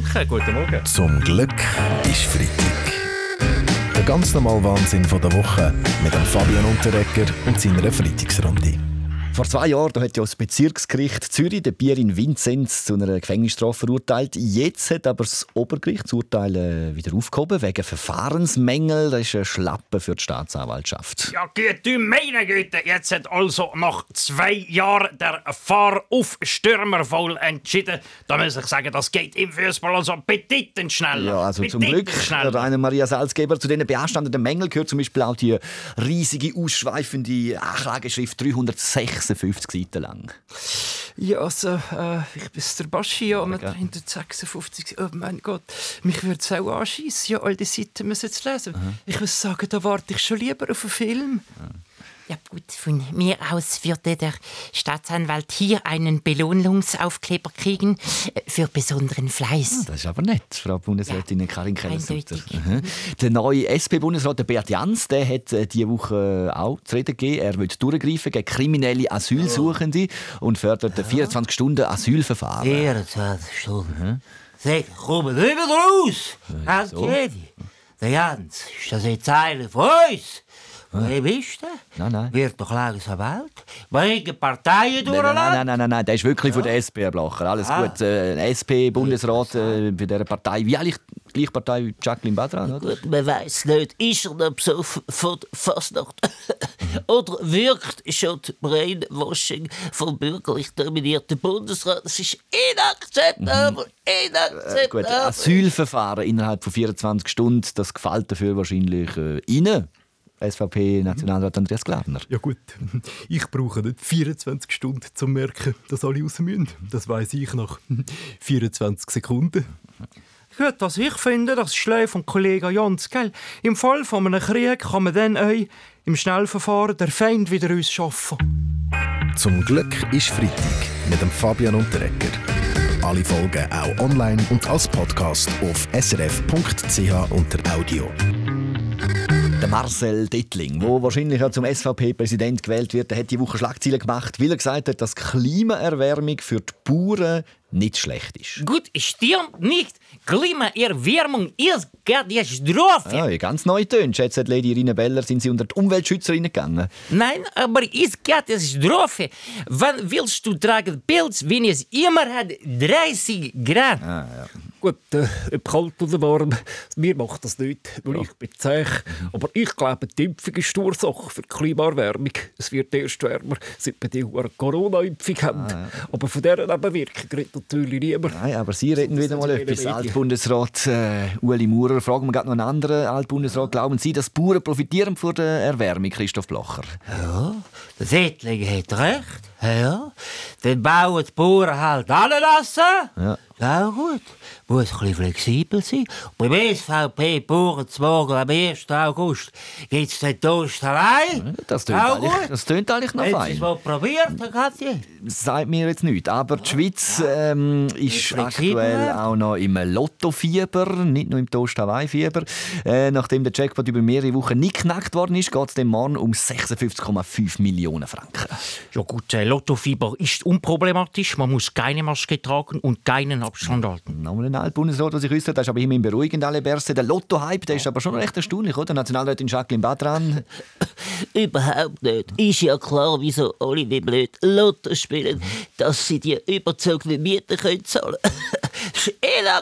Danke, guten Morgen. Zum Glück ist Freitag. Der ganz normale Wahnsinn von der Woche mit dem Fabian Unterreger und seiner Freitagsrunde. Vor 2 Jahren hat ja das Bezirksgericht Zürich den Pierin Vinzenz zu einer Gefängnisstrafe verurteilt. Jetzt hat aber das Obergericht das Urteil wieder aufgehoben, wegen Verfahrensmängel. Das ist ein Schlappen für die Staatsanwaltschaft. Ja, du meine Güte, jetzt hat also nach 2 Jahren der Fahraufstürmer voll entschieden. Da muss ich sagen, das geht im Fußball also bedeutend schneller. Ja, also zum Glück. Rainer Maria Salzgeber, zu diesen beanstandeten Mängeln gehört zum Beispiel auch die riesige, ausschweifende Anklageschrift, 356 Seiten lang. Ja, also, ich bin der Baschi, ja, mit 356. Oh mein Gott, mich würde es auch anschiessen, ja, all die Seiten müssen zu lesen. Ich muss sagen, da warte ich schon lieber auf einen Film. Ja gut, von mir aus würde der Staatsanwalt hier einen Belohnungsaufkleber kriegen für besonderen Fleiß. Das ist aber nett, Frau Bundesrätin Karin Keller-Sutter. Der neue SP-Bundesrat der Bert Jans, der hat diese Woche auch zu reden gegeben. Er will durchgreifen gegen kriminelle Asylsuchende und fördert 24 Stunden Asylverfahren. 24 Stunden? Sag, komm nicht mehr raus! Halt jede. Der Jans, ist das jetzt einer von uns? Wer bist du? Nein. Wird doch langsam alt. Bringen Parteien durchlassen? Nein, der ist wirklich von der SP, Herr Blacher. Alles gut. SP-Bundesrat bei dieser Partei. Wie eigentlich die gleiche Partei wie Jacqueline Badran, oder? Gut, man weiss nicht, ist er noch besoffen von der Fasnacht? Oder wirkt schon die Brainwashing vom bürgerlich dominierten Bundesrat? Das ist inakzeptabel! Gut, Asylverfahren innerhalb von 24 Stunden, das gefällt dafür wahrscheinlich Ihnen. SVP-Nationalrat Andreas Glarner. Ja gut, ich brauche nicht 24 Stunden, um zu merken, dass alle raus müssen. Das weiss ich nach 24 Sekunden. Gut, was ich finde, das ist schlau vom Kollegen Jans, gell? Im Fall von einem Krieg kann man dann im Schnellverfahren den Feind wieder uns schaffen. Zum Glück ist Freitag mit dem Fabian Unterreger. Alle Folgen auch online und als Podcast auf srf.ch unter Audio. Der Marcel Dettling, der wahrscheinlich auch zum SVP-Präsident gewählt wird, der hat die Woche Schlagzeilen gemacht, weil er gesagt hat, dass Klimaerwärmung für die Bauern nicht schlecht ist. Gut, stimmt nicht. Klimaerwärmung ist Katastrophe. Ja, ganz neu tönt. Schätzt Lady Irina Beller, sind Sie unter die Umweltschützerinnen gegangen? Nein, aber ist Katastrophe. Wann willst du tragen Pilz, wenn es immer hat 30 Grad? Ja. Gut, ob kalt oder warm, mir macht das nicht, weil ich bin zäh. Aber ich glaube, die Impfung ist die Ursache für die Klimaerwärmung. Es wird erst wärmer, seit wir die Corona-Impfung haben. Aber von dieser Nebenwirkung redet natürlich niemand. Nein, aber Sie reden wieder mal etwas. Altbundesrat Ueli Maurer, fragen wir gerade noch einen anderen Altbundesrat. Glauben Sie, dass Bauern profitieren von der Erwärmung, Christoph Blocher? Ja, der Settling hat recht. Ja, dann bauen die Bauern halt anlassen. Ja, gut. Muss ein bisschen flexibel sein. Beim SVP-Bauernzwagen am 1. August gibt es den Toast allein. Das tönt eigentlich noch fein. Haben Sie es mal probiert, Herr Katja? Das sagt mir jetzt nichts. Aber die Schweiz ist aktuell auch noch im Lottofieber, nicht nur im Toast-Hawaii-Fieber. Nachdem der Jackpot über mehrere Wochen nicht geknackt worden ist, geht es dem Mann um 56,5 Millionen Franken. Ja gut, Lottofieber ist unproblematisch. Man muss keine Maske tragen und keinen Abstand halten. Nochmal ein Altbundesrat, was ich wüsste, das ist aber immerhin beruhigend, alle Berse. Der Lotto-Hype, der ist aber schon recht erstaunlich, oder? Nationalrätin Jacqueline Badran. Überhaupt nicht. Ist ja klar, wieso alle die blöd Lotto spielen, dass sie die überzogenen Mieten zahlen können.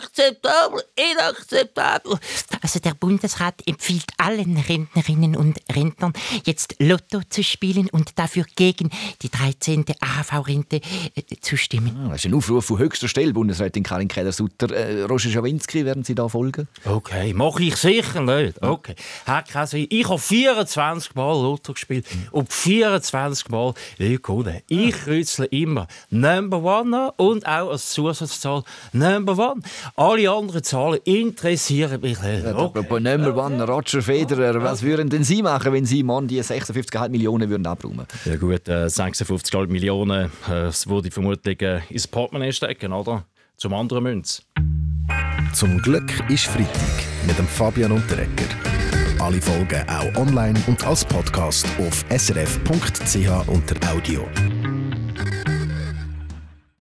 Inakzeptabel. Also der Bundesrat empfiehlt allen Rentnerinnen und Rentnern, jetzt Lotto zu spielen und dafür gegen die 13. AHV-Rente zu stimmen. Das ist ein Aufruf von höchster Stelle, Bundesrätin Karin Keller-Sutter. Roger Schawinski, werden Sie da folgen? Okay, mache ich sicher nicht. Okay. Ich habe 24 Mal Lotto gespielt und 24 Mal gewonnen. Ich rützle immer Number One an und auch als Zusatzzahl Number One. Alle anderen Zahlen interessieren mich nicht. Okay. Number One, Roger Federer. Was würden denn Sie machen, wenn Sie morgen die 56,5 Millionen würden abräumen? Ja gut, 56,5 Millionen, das würde ich vermutlich ins Portemonnaie stecken, oder? Zum anderen Münz. Zum Glück ist Freitag mit dem Fabian Unterreger. Alle Folgen auch online und als Podcast auf srf.ch unter Audio.